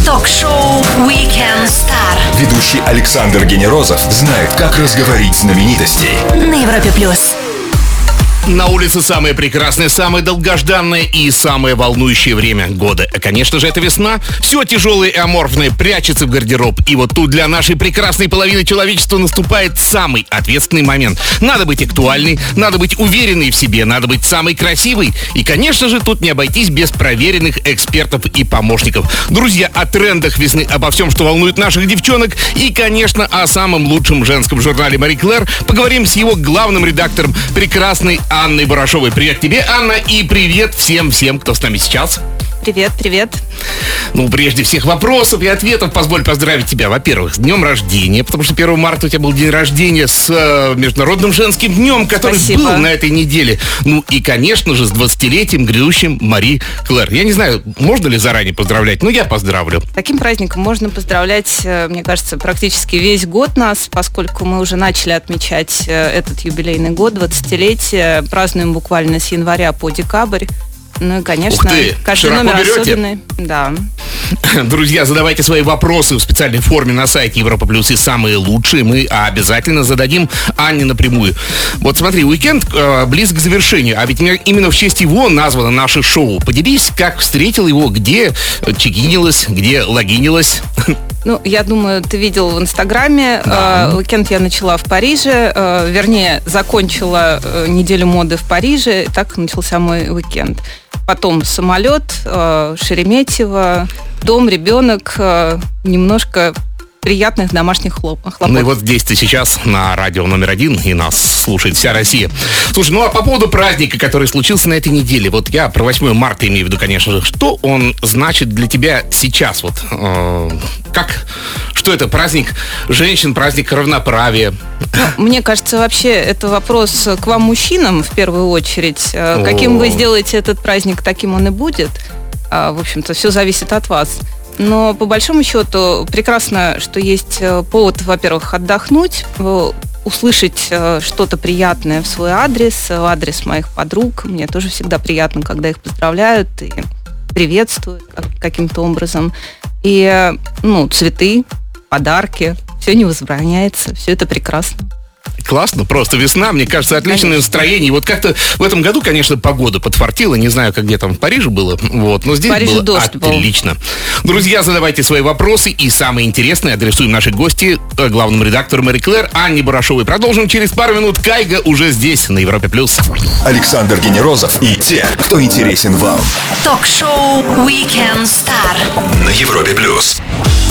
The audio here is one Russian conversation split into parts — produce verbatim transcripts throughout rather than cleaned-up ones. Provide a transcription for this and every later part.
Ток-шоу Weekend Star. Ведущий Александр Генерозов знает, как разговорить знаменитостей. На Европе плюс. На улице самое прекрасное, самое долгожданное и самое волнующее время года. Конечно же, это весна. Все тяжелое и аморфное прячется в гардероб. И вот тут для нашей прекрасной половины человечества наступает самый ответственный момент. Надо быть актуальной, надо быть уверенной в себе, надо быть самой красивой. И, конечно же, тут не обойтись без проверенных экспертов и помощников. Друзья, о трендах весны, обо всем, что волнует наших девчонок. И, конечно, о самом лучшем женском журнале Мари Клэр поговорим с его главным редактором, прекрасной Анной Барашовой. Привет тебе, Анна, и привет всем-всем, кто с нами сейчас. Привет, привет. Ну, прежде всех вопросов и ответов, позволь поздравить тебя, во-первых, с днем рождения, потому что первого марта у тебя был день рождения, с э, Международным женским днем, который Спасибо. был на этой неделе. Ну и, конечно же, с двадцатилетием грядущим Мари Клэр. Я не знаю, можно ли заранее поздравлять, но я поздравлю. Таким праздником можно поздравлять, мне кажется, практически весь год нас, поскольку мы уже начали отмечать этот юбилейный год, двадцатилетие, празднуем буквально с января по декабрь. Ну и, конечно, каждый номер берете? особенный. Да. Друзья, задавайте свои вопросы в специальной форме на сайте Европа Плюс, и самые лучшие мы обязательно зададим Анне напрямую. Вот смотри, уикенд э, близок к завершению, а ведь именно в честь его названо наше шоу. Поделись, как встретил его, где чекинилась, где логинилась. Ну, я думаю, ты видел в Инстаграме. Да. Э, уикенд я начала в Париже, э, вернее, закончила э, неделю моды в Париже, и так начался мой уикенд. Потом самолет, э, Шереметьево, дом, ребенок, э, немножко приятных домашних хлоп- хлопот. Ну и вот здесь ты сейчас на радио номер один, и нас слушает вся Россия. Слушай, ну а по поводу праздника, который случился на этой неделе, вот я про восьмое марта имею в виду, конечно же, что он значит для тебя сейчас? Вот э, как, что это, праздник женщин, праздник равноправия? Ну, мне кажется, вообще это вопрос к вам, мужчинам, в первую очередь. Э, О. Каким вы сделаете этот праздник, таким он и будет. А, в общем-то, все зависит от вас. Но по большому счету прекрасно, что есть повод, во-первых, отдохнуть, услышать что-то приятное в свой адрес, в адрес моих подруг. Мне тоже всегда приятно, когда их поздравляют и приветствуют каким-то образом. И, ну, цветы, подарки, все не возбраняется, все это прекрасно. Классно, просто весна, мне кажется, отличное Конечно. настроение. И вот как-то в этом году, конечно, погода подфартила, не знаю, как где там в Париже было, вот, но здесь Париже было дождь был. отлично. Друзья, задавайте свои вопросы и самые интересные адресуем нашей гости, главному редактору Мари Клэр Анне Барашовой. Продолжим через пару минут. Кайга уже здесь, на Европе+. плюс. Александр Генерозов и те, кто интересен вам. Ток-шоу Weekend Star. На Европе+. плюс.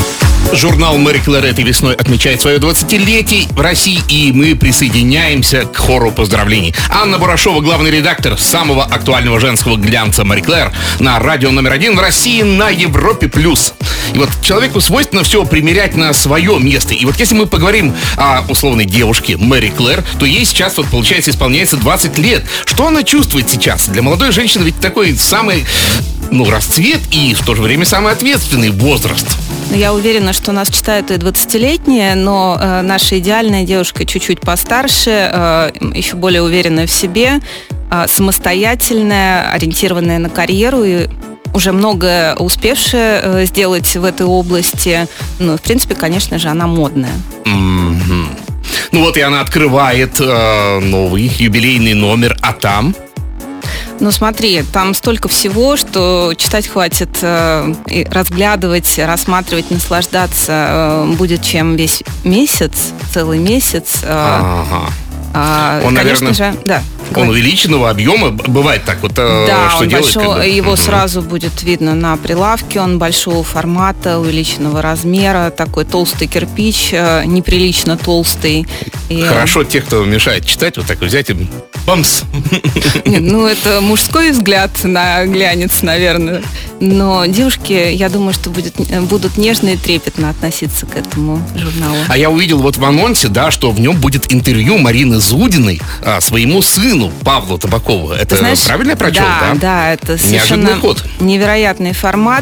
Журнал Мари Клэр этой весной отмечает свое двадцатилетие в России, и мы присоединяемся к хору поздравлений. Анна Барашова, главный редактор самого актуального женского глянца Мари Клэр, на радио номер один в России на Европе+. плюс. И вот человеку свойственно все примерять на свое место. И вот если мы поговорим о условной девушке Мари Клэр, то ей сейчас, вот, получается, исполняется двадцать лет. Что она чувствует сейчас? Для молодой женщины ведь такой самый, ну, расцвет и в то же время самый ответственный возраст. Я уверена, что нас читают и двадцатилетние, но э, наша идеальная девушка чуть-чуть постарше, э, еще более уверенная в себе, э, самостоятельная, ориентированная на карьеру и уже многое успевшая э, сделать в этой области. Ну, в принципе, конечно же, она модная. Mm-hmm. Ну вот и она открывает э, новый юбилейный номер, а там... Ну смотри, там столько всего, что читать хватит, э, и разглядывать, рассматривать, наслаждаться э, будет чем весь месяц, целый месяц. Э, Ага. а, Он, конечно наверное, же, да. Он увеличенного объема, бывает так вот, э, Да, что он делает, большого, когда... его Мгм. сразу будет видно на прилавке, он большого формата, увеличенного размера, такой толстый кирпич, э, неприлично толстый. И, Хорошо тех, кто мешает читать, вот так взять и бамс. Нет, ну, это мужской взгляд на глянец, наверное. Но девушки, я думаю, что будет, будут нежно и трепетно относиться к этому журналу. А я увидел вот в анонсе, да, что в нем будет интервью Марины Зудиной а, своему сыну Павлу Табакову. Это Ты знаешь, правильно я прочел, да? Да, да, это совершенно Неожиданный ход. невероятный формат.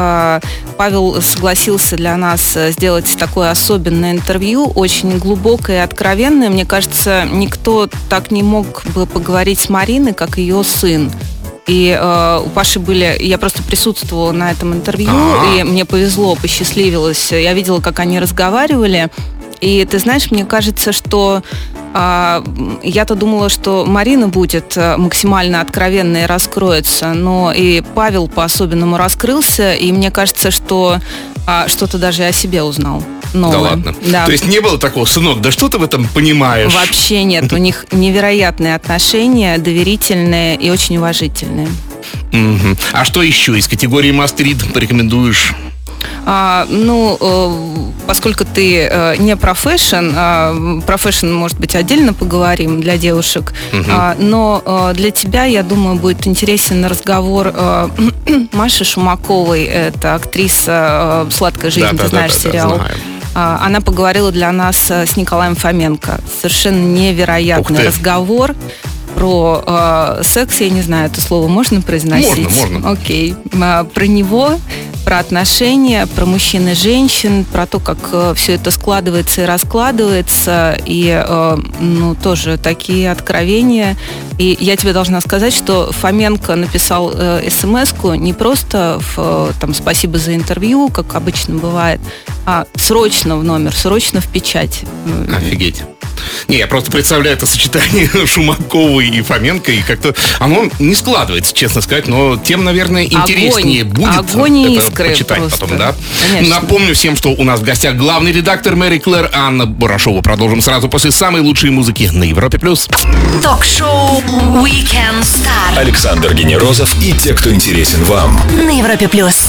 Павел согласился для нас сделать такое особенное интервью, очень глубокое и откровенное. Мне кажется, никто так не мог бы поговорить с Мариной, как ее сын. И э, у Паши были... Я просто присутствовала на этом интервью, А-а-а. и мне повезло, посчастливилось. Я видела, как они разговаривали. И ты знаешь, мне кажется, что а, я-то думала, что Марина будет максимально откровенна и раскроется, но и Павел по-особенному раскрылся, и мне кажется, что а, что-то даже о себе узнал. Новое. Да ладно? Да. То есть не было такого, сынок, да что ты в этом понимаешь? Вообще нет. У них невероятные отношения, доверительные и очень уважительные. Мгм. А что еще из категории must-read порекомендуешь? А, ну, э, поскольку ты э, не про фэшн, а, про фэшн, может быть, отдельно поговорим для девушек, Мгм. а, но э, для тебя, я думаю, будет интересен разговор э, Маши Шумаковой, это актриса э, «Сладкая жизнь», Да, ты да, да, знаешь да, да, сериал. знаю. А, Она поговорила для нас э, с Николаем Фоменко. Совершенно невероятный Ух ты. разговор про э, секс, я не знаю, это слово можно произносить? Можно, можно. Окей. А, Про него, про отношения, про мужчин и женщин, про то, как все это складывается и раскладывается, и э, ну, тоже такие откровения. И я тебе должна сказать, что Фоменко написал э, смс-ку не просто в, э, там, «спасибо за интервью», как обычно бывает, а срочно в номер, срочно в печать. Офигеть. Не, я просто представляю это сочетание Шумаковой и Фоменко, и как-то оно не складывается, честно сказать, но тем, наверное, интереснее Огонь. будет Огонь и это искры почитать просто. потом, да? Конечно. Напомню всем, что у нас в гостях главный редактор Мэри Клэр Анна Барашова. Продолжим сразу после самой лучшей музыки на Европе+. плюс. Ток-шоу Weekend Star Александр Генерозов и те, кто интересен вам. на Европе плюс.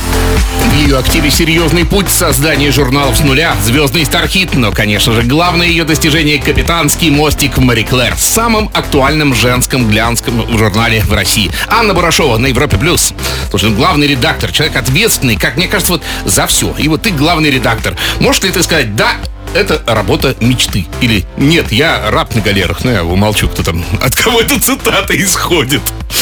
В ее активе серьезный путь создания журналов с нуля, звездный стархит, но, конечно же, главное ее достижение — капитанский мостик в Мэри Клэр, самом актуальном женском глянцком журнале в России. Анна Барашова на Европе+. плюс. Слушай, ну, главный редактор, человек ответственный, как мне кажется, вот за все. И вот ты главный редактор. Можешь ли ты сказать, да, это работа мечты? Или нет, я раб на галерах? Ну, я умолчу, кто там, от кого эта цитата исходит.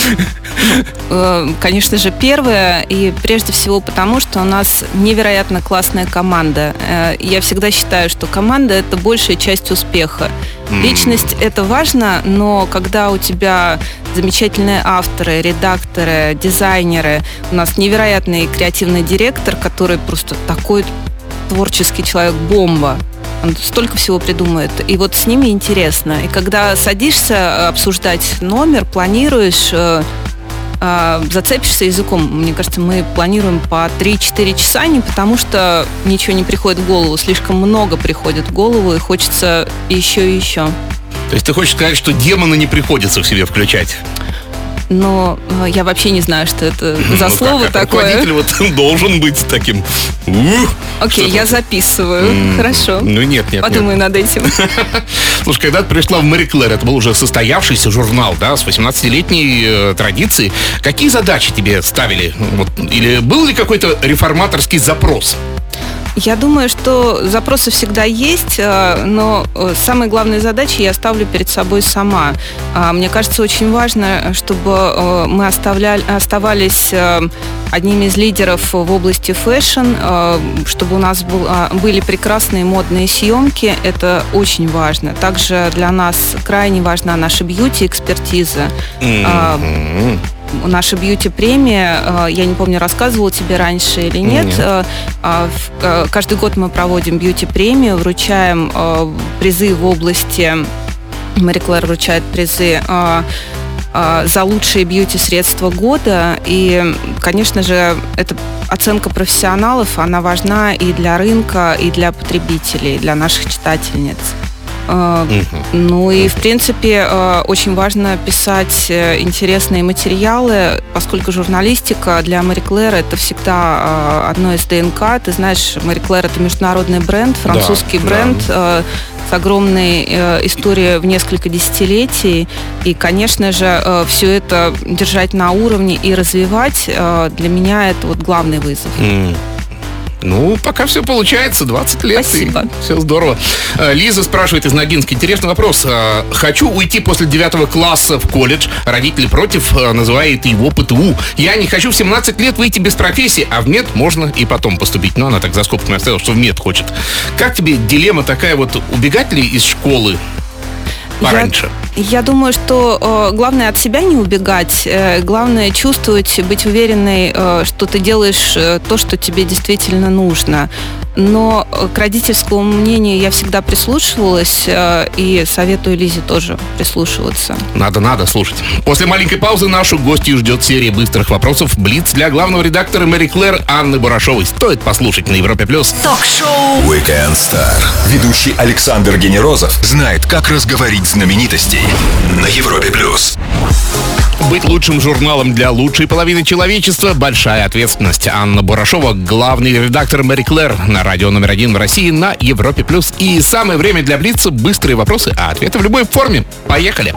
Э, Конечно же, первое, и прежде всего потому, что у нас невероятно классная команда. Э, Я всегда считаю, что команда — это большая часть успеха. Личность — это важно, но когда у тебя замечательные авторы, редакторы, дизайнеры, у нас невероятный креативный директор, который просто такой творческий человек, бомба. Он столько всего придумает. И вот с ними интересно. И когда садишься обсуждать номер, планируешь, э, э, зацепишься языком. Мне кажется, мы планируем по три-четыре часа не потому, что ничего не приходит в голову. Слишком много приходит в голову, и хочется еще и еще. То есть ты хочешь сказать, что демона не приходится в себе включать? Но э, я вообще не знаю, что это за Ну, слово как, такое. руководитель вот должен быть таким. Ух, Окей, что-то. я записываю. М, Хорошо. Ну нет, нет, Подумаю над этим. нет. Слушай, когда ты пришла в Мэри Клэр, это был уже состоявшийся журнал, да, с восемнадцатилетней э, традицией. Какие задачи тебе ставили? Вот, или был ли какой-то реформаторский запрос? Я думаю, что запросы всегда есть, э, но э, самые главные задачи я ставлю перед собой сама. А, Мне кажется, очень важно, чтобы э, мы оставляли, оставались э, одними из лидеров в области фэшн, э, чтобы у нас был, а, были прекрасные модные съемки. Это очень важно. Также для нас крайне важна наша бьюти-экспертиза. А, М-м. Наша бьюти-премия, э, я не помню, рассказывала тебе раньше или нет. Нет. Э, а, в- э, Каждый год мы проводим бьюти-премию, вручаем э, призы в области... Мэри Клэр вручает призы э, э, за лучшие бьюти-средства года. И, конечно же, это оценка профессионалов, она важна и для рынка, и для потребителей, и для наших читательниц. Э, Ну и, в принципе, э, очень важно писать э, интересные материалы, поскольку журналистика для Мэри Клэр — это всегда э, одно из ДНК. Ты знаешь, Мэри Клэр — это международный бренд, французский Да, бренд да. э, с огромной э, историей в несколько десятилетий. И, конечно же, все это держать на уровне и развивать, э, для меня это вот главный вызов. М. Ну, пока все получается, двадцать лет. Спасибо. Все здорово. Э, Лиза спрашивает из Ногинска. Интересный вопрос. Э, Хочу уйти после девятого класса в колледж. Родители против, э, называют его ПТУ. Я не хочу в семнадцать лет выйти без профессии, а в мед можно и потом поступить. Но она так за скобками оставила, что в мед хочет. Как тебе дилемма такая вот, убегать ли из школы? пораньше? Я, я думаю, что э, главное от себя не убегать, э, главное чувствовать, быть уверенной, э, что ты делаешь э, то, что тебе действительно нужно. Но к родительскому мнению я всегда прислушивалась, э, и советую Лизе тоже прислушиваться. Надо, надо слушать. После маленькой паузы нашу гостью ждет серия быстрых вопросов «Блиц» для главного редактора Мэри Клэр Анны Бурашовой. Стоит послушать на Европе+. Ток-шоу Weekend Star. Ведущий Александр Генерозов знает, как разговорить знаменитостей на Европе+. Быть лучшим журналом для лучшей половины человечества – большая ответственность. Анна Бурашова – главный редактор Мэри Клэр на радио номер один в России на Европе+. И самое время для Блица – быстрые вопросы, а ответы в любой форме. Поехали!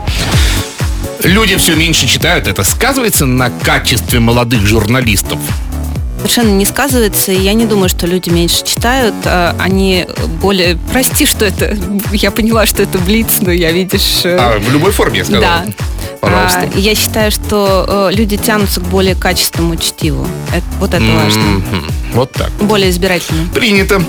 Люди все меньше читают. Это сказывается на качестве молодых журналистов? Совершенно не сказывается, и я не думаю, что люди меньше читают. Они более... Прости, что это... Я поняла, что это Блиц, но я, видишь... А, в любой форме, я сказала. Да. Пожалуйста. Я считаю, что люди тянутся к более качественному чтиву. Это, вот это важно. Mm-hmm. Вот так. Более избирательно. Принято.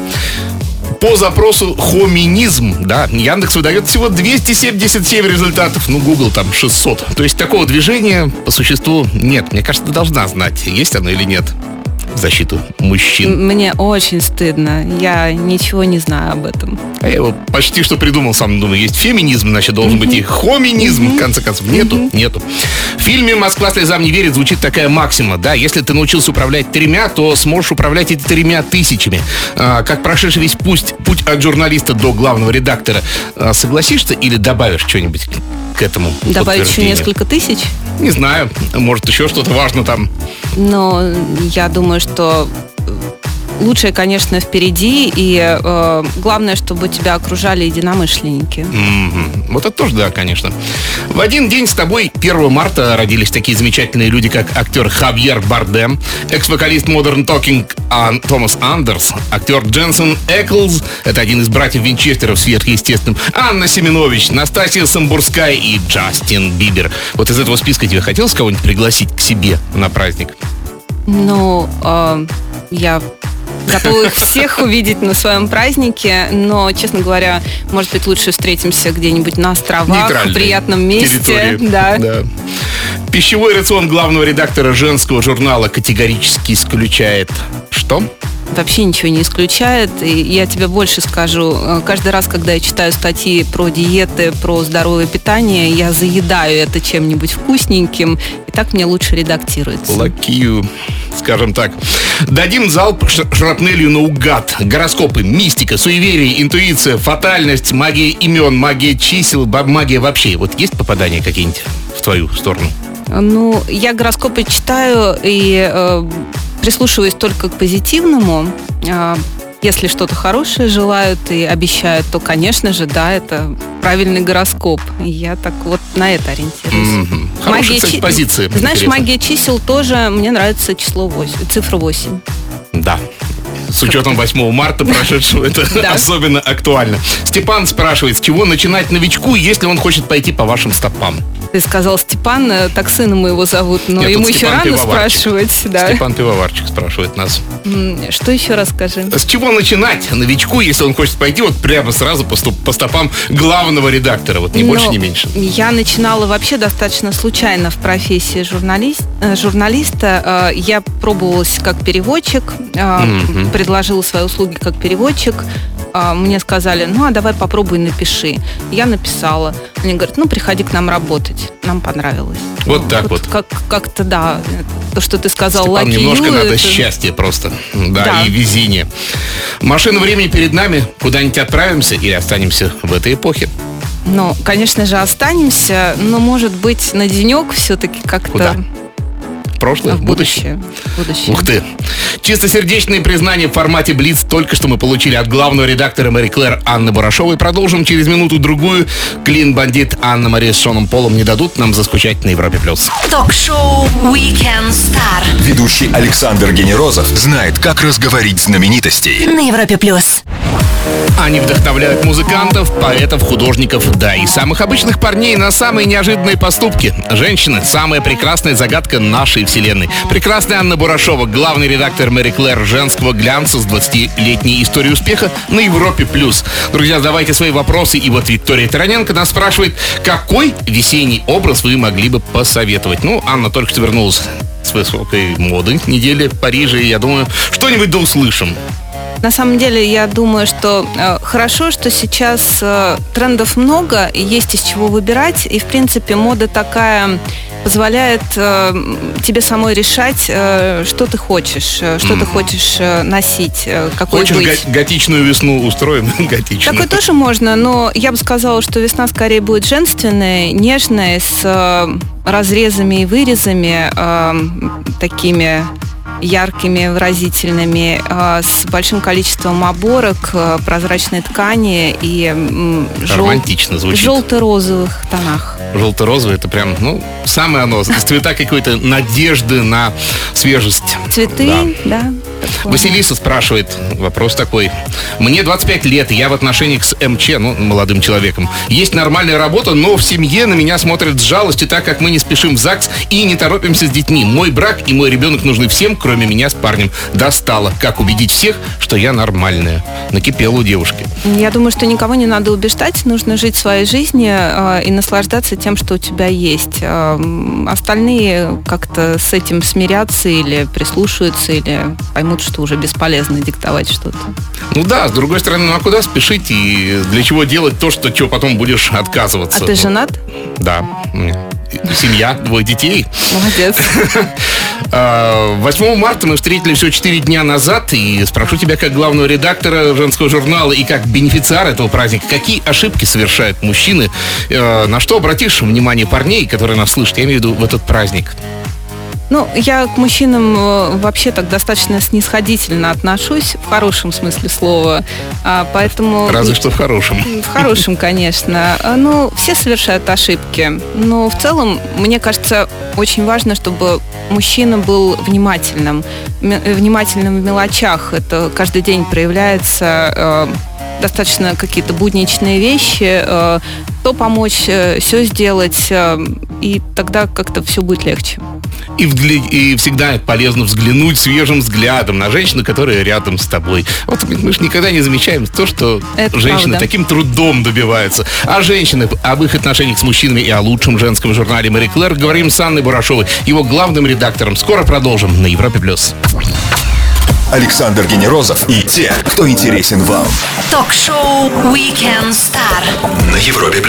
По запросу «хоминизм», да, Яндекс выдает всего двести семьдесят семь результатов, ну, Google там шестьсот. То есть такого движения по существу нет. Мне кажется, ты должна знать, есть оно или нет. В защиту мужчин. Мне очень стыдно. Я ничего не знаю об этом. А я его почти что придумал сам. Думаю, есть феминизм, значит, должен быть и хоминизм. В конце концов, нету, нету. В фильме «Москва слезам не верит» звучит такая максима, да, если ты научился управлять тремя, то сможешь управлять этими тремя тысячами. А, как прошедший весь путь, путь от журналиста до главного редактора, а, согласишься или добавишь что-нибудь к этому? Добавить еще несколько тысяч? Не знаю, может, еще что-то важно там. Но я думаю, что лучшее, конечно, впереди, и э, главное, чтобы тебя окружали единомышленники. Mm-hmm. Вот это тоже, да, конечно. В один день с тобой, первого марта, родились такие замечательные люди, как актер Хавьер Бардем, экс-вокалист Modern Talking Ан- Томас Андерс, актер Дженсен Эклз, это один из братьев Винчестеров сверхъестественным, Анна Семенович, Настасья Самбурская и Джастин Бибер. Вот из этого списка тебе хотелось кого-нибудь пригласить к себе на праздник? Ну, э, я... готова их всех увидеть на своем празднике, но, честно говоря, может быть, лучше встретимся где-нибудь на островах, в приятном месте. Да. Да. Пищевой рацион главного редактора женского журнала категорически исключает что? Вообще ничего не исключает. И я тебе больше скажу. Каждый раз, когда я читаю статьи про диеты, про здоровое питание, я заедаю это чем-нибудь вкусненьким, и так мне лучше редактируется. Лакию, скажем так. Дадим залп шрапнелью наугад. Гороскопы, мистика, суеверие, интуиция, фатальность, магия имен, магия чисел, магия вообще. Вот есть попадания какие-нибудь в твою сторону? Ну, я гороскопы читаю и э, прислушиваюсь только к позитивному. Э, если что-то хорошее желают и обещают, то, конечно же, да, это правильный гороскоп. И я так вот на это ориентируюсь. Mm-hmm. Хорошая, кстати, чи... позиция. Знаешь, интересно. магия чисел тоже, мне нравится число восемь, цифра восемь. Да. С учетом восьмого марта прошедшего, это особенно актуально. Степан спрашивает, с чего начинать новичку, если он хочет пойти по вашим стопам? Ты сказал Степан, так сына моего зовут, но Нет, ему тут еще Степан рано Пивоварчик. спрашивать. Да. Степан Пивоварчик спрашивает нас. Что еще раз скажи? С чего начинать новичку, если он хочет пойти вот прямо сразу по, стоп, по стопам главного редактора? Вот ни Но больше, ни меньше. Я начинала вообще достаточно случайно в профессии журналист, журналиста. Я пробовалась как переводчик, mm-hmm. предложила свои услуги как переводчик. Мне сказали, ну, а давай попробуй напиши. Я написала. Они говорят, ну, приходи к нам работать. Нам понравилось. Вот ну, так вот. вот. Как, как-то, да, то, что ты сказал, Степан, лаки немножко ю, надо это... счастья просто. Да, Да. и везение. Машина времени перед нами. Куда-нибудь отправимся или останемся в этой эпохе? Ну, конечно же, останемся, но, может быть, на денек все-таки как-то... Куда? Прошлое, в будущее. будущее. Ух ты. Чистосердечные признания в формате Блиц только что мы получили от главного редактора Мэри Клэр Анны Бурашовой. Продолжим через минуту-другую. Клин Бандит Анна Мария с Шоном Полом не дадут нам заскучать на Европе+. Ток-шоу Weekend Star Ведущий Александр Генерозов знает, как разговорить знаменитостей. на Европе+. Они вдохновляют музыкантов, поэтов, художников, да и самых обычных парней на самые неожиданные поступки. Женщины — самая прекрасная загадка нашей вселенной. Прекрасная Анна Бурашова, главный редактор Мэри Клэр женского глянца с двадцатилетней историей успеха на Европе+. Друзья, задавайте свои вопросы. И вот Виктория Тараненко нас спрашивает, какой весенний образ вы могли бы посоветовать? Ну, Анна только что вернулась с высокой моды недели в Париже, и я думаю, что-нибудь да услышим. На самом деле, я думаю, что э, хорошо, что сейчас э, трендов много, и есть из чего выбирать. И, в принципе, мода такая позволяет э, тебе самой решать, э, что ты хочешь, э, что mm. ты хочешь э, носить, э, какой хочешь быть. Хочешь готичную весну устроим? Готичную. Такое тоже можно, но я бы сказала, что весна скорее будет женственной, нежной, с э, разрезами и вырезами, э, такими яркими, выразительными, с большим количеством оборок, прозрачной ткани и жел... романтично звучит. Желто-розовых тонах. Желто-розовый — это прям, ну, самое оно. Цвета какой-то надежды на свежесть. Цветы, да. да Василиса спрашивает, вопрос такой. Мне двадцать пять лет, я в отношениях с МЧ, ну, молодым человеком. Есть нормальная работа, но в семье на меня смотрят с жалостью, так как мы не спешим в ЗАГС и не торопимся с детьми. Мой брак и мой ребенок нужны всем, кроме меня с парнем. Достало. Как убедить всех, что я нормальная? Накипела у девушки. Я думаю, что никого не надо убеждать. Нужно жить своей жизнью э, и наслаждаться тем, что у тебя есть. Э, остальные как-то с этим смирятся или прислушаются, или поймут, что уже бесполезно диктовать что-то. Ну да, с другой стороны, ну а куда спешить и для чего делать то, что чего потом будешь отказываться? А ты женат? Да. Семья, двое детей. Молодец. восьмого марта мы встретились всего четыре дня назад, и спрошу тебя, как главного редактора женского журнала и как бенефициара этого праздника, какие ошибки совершают мужчины, на что обратишь внимание парней, которые нас слышат, я имею в виду в этот праздник? Ну, я к мужчинам вообще так достаточно снисходительно отношусь, в хорошем смысле слова, поэтому... Разве что в хорошем. В хорошем, конечно. Ну, все совершают ошибки, но в целом, мне кажется, очень важно, чтобы мужчина был внимательным, внимательным в мелочах. Это каждый день проявляется... достаточно какие-то будничные вещи, то помочь, все сделать, и тогда как-то все будет легче. И, вгля... и всегда полезно взглянуть свежим взглядом на женщину, которая рядом с тобой. Вот мы же никогда не замечаем то, что это женщины правда. Таким трудом добиваются. А женщины, об их отношениях с мужчинами и о лучшем женском журнале Мэри Клэр говорим с Анной Бурашовой, его главным редактором. Скоро продолжим на Европе+. Александр Генерозов и те, кто интересен вам. Ток-шоу Weekend Star на Европе+.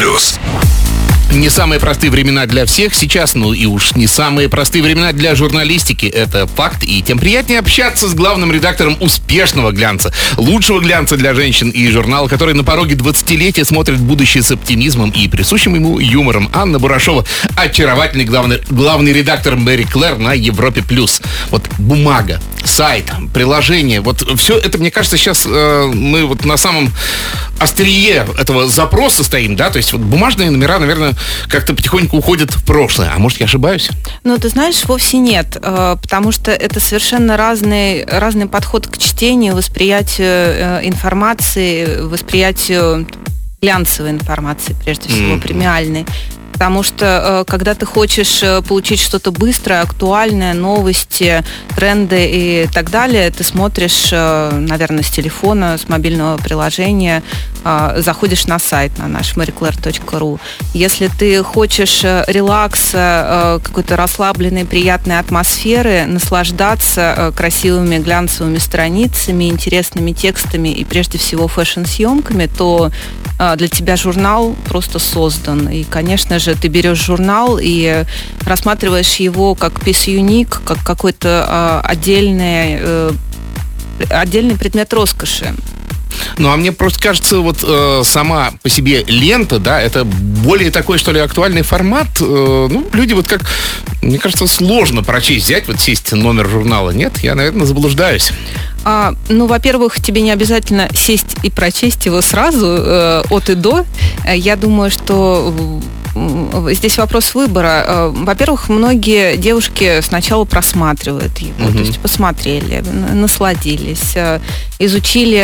Не самые простые времена для всех сейчас, ну и уж не самые простые времена для журналистики. Это факт, и тем приятнее общаться с главным редактором успешного глянца, лучшего глянца для женщин и журнала, который на пороге двадцатилетия смотрит в будущее с оптимизмом и присущим ему юмором. Анна Бурашова, очаровательный главный, главный редактор Мэри Клэр на Европе+. Вот бумага, сайт, приложение, вот все это, мне кажется, сейчас э, мы вот на самом острие этого запроса стоим, да, то есть вот бумажные номера, наверное, как-то потихоньку уходят в прошлое. А может, я ошибаюсь? Ну, ты знаешь, вовсе нет, потому что это совершенно разный, разный подход к чтению, восприятию информации, восприятию глянцевой информации, прежде всего, mm-hmm. премиальной. Потому что, когда ты хочешь получить что-то быстрое, актуальное, новости, тренды и так далее, ты смотришь, наверное, с телефона, с мобильного приложения, заходишь на сайт, на наш мэри клэр точка ру. Если ты хочешь релакса, какой-то расслабленной, приятной атмосферы, наслаждаться красивыми глянцевыми страницами, интересными текстами и, прежде всего, фэшн-съемками, то для тебя журнал просто создан. И, конечно же, ты берешь журнал и рассматриваешь его как piece unique, как какой-то отдельный, отдельный предмет роскоши. Ну, а мне просто кажется, вот э, сама по себе лента, да, это более такой, что ли, актуальный формат. Э, ну, люди вот как, мне кажется, сложно прочесть, взять, вот сесть номер журнала. Нет, я, наверное, заблуждаюсь. А, ну, во-первых, тебе не обязательно сесть и прочесть его сразу, э, от и до. Я думаю, что здесь вопрос выбора. Во-первых, многие девушки сначала просматривают его, угу. то есть посмотрели, насладились, изучили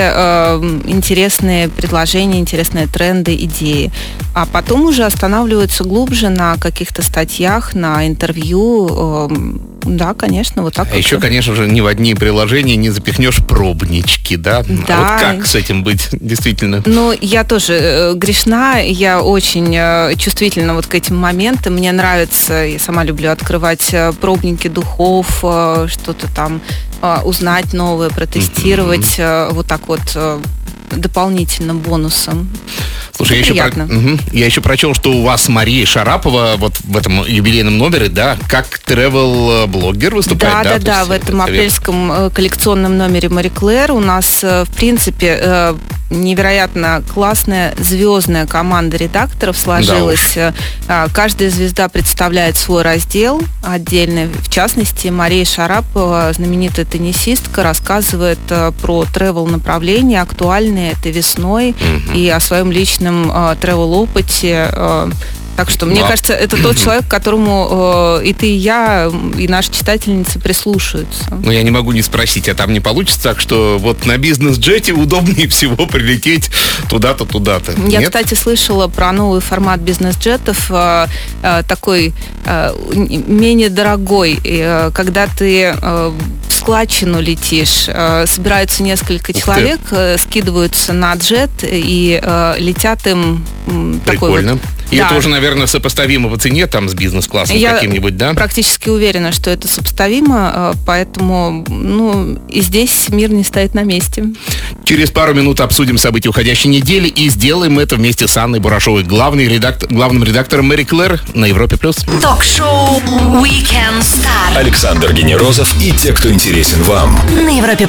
интересные предложения, интересные тренды, идеи, а потом уже останавливаются глубже на каких-то статьях, на интервью. Да, конечно, вот так. А вот. Еще, конечно же, ни в одни приложения не запихнешь пробнички, да? Да. Вот как с этим быть, действительно? Ну, я тоже э, грешна, я очень э, чувствительна вот к этим моментам. Мне нравится, я сама люблю открывать э, пробники духов, э, что-то там э, узнать новое, протестировать, э, вот так вот э, дополнительно бонусом. Слушай, я еще, про... угу. я еще прочел, что у вас Мария Шарапова вот в этом юбилейном номере, да, как тревел-блогер выступает, да? Да, да, да, в этом апрельском коллекционном номере Мари Клэр у нас, в принципе, невероятно классная звездная команда редакторов сложилась. Да, каждая звезда представляет свой раздел отдельный. В частности, Мария Шарапова, знаменитая теннисистка, рассказывает про тревел-направления, актуальные это весной, угу. и о своем личном тревел-опыте. Так что, мне а. кажется, это тот человек, к которому э, и ты, и я, и наши читательницы прислушаются. Ну, я не могу не спросить, а там не получится так, что вот на бизнес-джете удобнее всего прилететь туда-то, туда-то? Я, Нет? кстати, слышала про новый формат бизнес-джетов, э, э, такой э, менее дорогой, э, когда ты э, в складчину летишь, э, собираются несколько Ух человек, э, скидываются на джет и э, летят им э, такой вот... И да. это уже, наверное, сопоставимо по цене там с бизнес-классом Я каким-нибудь, да? практически уверена, что это сопоставимо, поэтому, ну, и здесь мир не стоит на месте. Через пару минут обсудим события уходящей недели и сделаем это вместе с Анной Бурашовой, главный редактор, главным редактором Мари Клэр на Европе+. Ток-шоу Weekend Star. Александр Генерозов и те, кто интересен вам. На Европе+.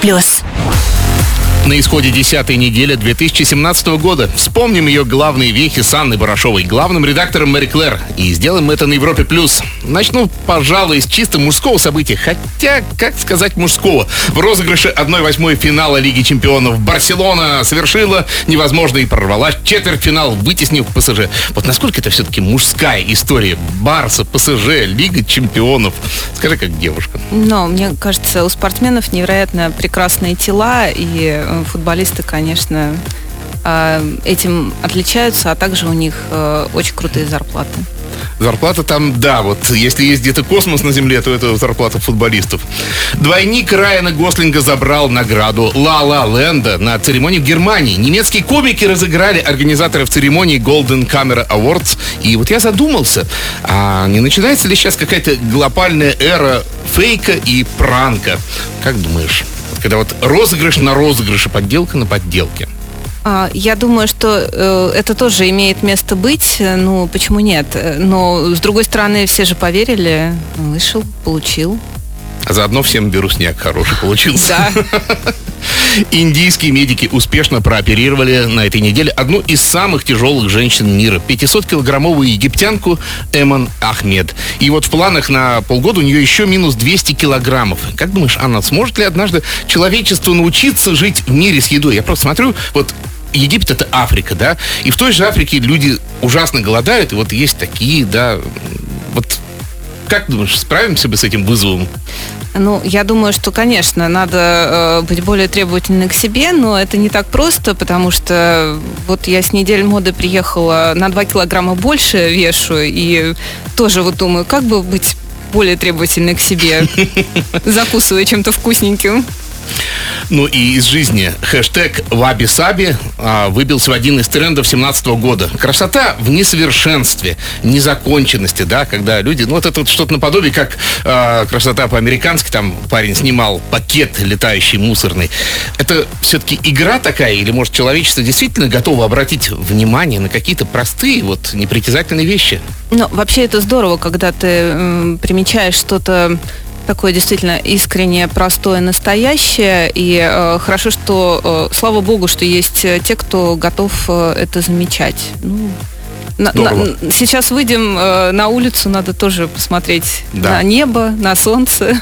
На исходе десятой недели две тысячи семнадцатого года вспомним ее главные вехи с Анной Бурашовой, главным редактором Мари Клэр. И сделаем это на Европе+. Начну, пожалуй, с чисто мужского события. Хотя, как сказать мужского? В розыгрыше одной восьмой финала Лиги чемпионов Барселона совершила невозможное и прорвала четвертьфинал, вытеснив ПСЖ. Вот насколько это все-таки мужская история? Барса, ПСЖ, Лига чемпионов. Скажи, как девушка. Но мне кажется, у спортсменов невероятно прекрасные тела, и футболисты, конечно, этим отличаются, а также у них очень крутые зарплаты. Зарплата там, да, вот если есть где-то космос на Земле, то это зарплата футболистов. Двойник Райана Гослинга забрал награду Ла Ла Ленда на церемонии в Германии. Немецкие комики разыграли организаторов церемонии Golden Camera Awards. И вот я задумался, а не начинается ли сейчас какая-то глобальная эра фейка и пранка? Как думаешь? Когда вот розыгрыш на розыгрыше, подделка на подделке. Я думаю, что э, это тоже имеет место быть. Ну, почему нет? Но, с другой стороны, все же поверили. Вышел, получил. А заодно всем вирусняк хороший получился. Да. Индийские медики успешно прооперировали на этой неделе одну из самых тяжелых женщин мира. пятисоткилограммовую египтянку Эман Ахмед. И вот в планах на полгода у нее еще минус двести килограммов. Как думаешь, Анна, сможет ли однажды человечество научиться жить в мире с едой? Я просто смотрю, вот Египет — это Африка, да? И в той же Африке люди ужасно голодают, и вот есть такие, да, вот как думаешь, справимся бы с этим вызовом? Ну, я думаю, что, конечно, надо э, быть более требовательной к себе, но это не так просто, потому что вот я с недели моды приехала, на два килограмма больше вешу, и тоже вот думаю, как бы быть более требовательной к себе, закусывая чем-то вкусненьким. Ну и из жизни хэштег «Ваби-саби» а, выбился в один из трендов семнадцатого года. Красота в несовершенстве, незаконченности, да, когда люди, ну вот это вот что-то наподобие, как а, красота по-американски, там парень снимал пакет летающий мусорный. Это все-таки игра такая, или может человечество действительно готово обратить внимание на какие-то простые, вот непритязательные вещи? Ну, вообще это здорово, когда ты э, примечаешь что-то такое действительно искреннее, простое, настоящее. И э, хорошо, что, э, слава богу, что есть те, кто готов э, это замечать. Ну, на, на, сейчас выйдем э, на улицу, надо тоже посмотреть, да, на небо, на солнце.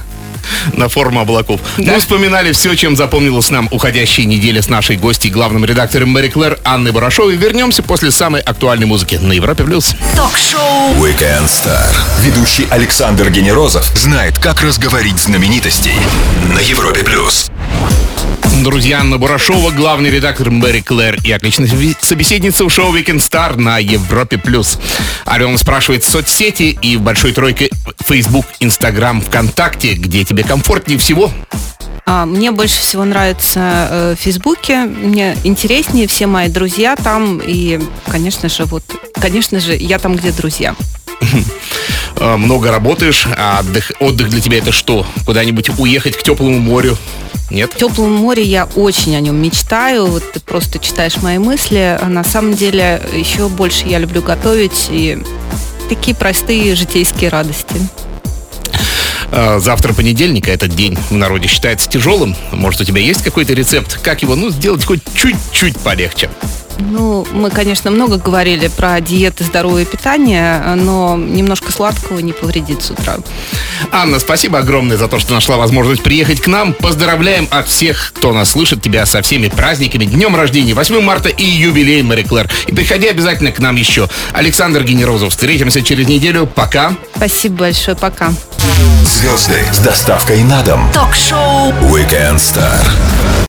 на форму облаков. Да. Мы вспоминали все, чем запомнилась нам уходящая неделя с нашей гостьей, главным редактором Мэри Клэр Анной Барашовой. Вернемся после самой актуальной музыки на Европе+. Ток-шоу Weekend Star. Ведущий Александр Генерозов знает, как разговорить знаменитостей на Европе+. Друзья, Анна Барашова, главный редактор Мэри Клэр и отличная собеседница в шоу Weekend Star на Европе+. Алена спрашивает: соцсети и в большой тройке Facebook, Instagram, ВКонтакте, где тебе комфортнее всего? А, мне больше всего нравится э, в Фейсбуке. Мне интереснее, все мои друзья там. И, конечно же, вот, конечно же, я там, где друзья. Много работаешь, а отдых, отдых для тебя это что? Куда-нибудь уехать к теплому морю? Нет? В теплом море я очень о нем мечтаю. Вот ты просто читаешь мои мысли. А на самом деле еще больше я люблю готовить и такие простые житейские радости. Завтра понедельник, а этот день в народе считается тяжелым. Может, у тебя есть какой-то рецепт? Как его, ну, сделать хоть чуть-чуть полегче? Ну, мы, конечно, много говорили про диеты, здоровое питание, но немножко сладкого не повредит с утра. Анна, спасибо огромное за то, что нашла возможность приехать к нам. Поздравляем от всех, кто нас слышит, тебя со всеми праздниками, днем рождения, восьмым марта и юбилеем Мэри Клэр. И приходи обязательно к нам еще. Александр Генерозов. Встретимся через неделю. Пока. Спасибо большое. Пока. Звезды с доставкой на дом. Ток-шоу Weekend Star.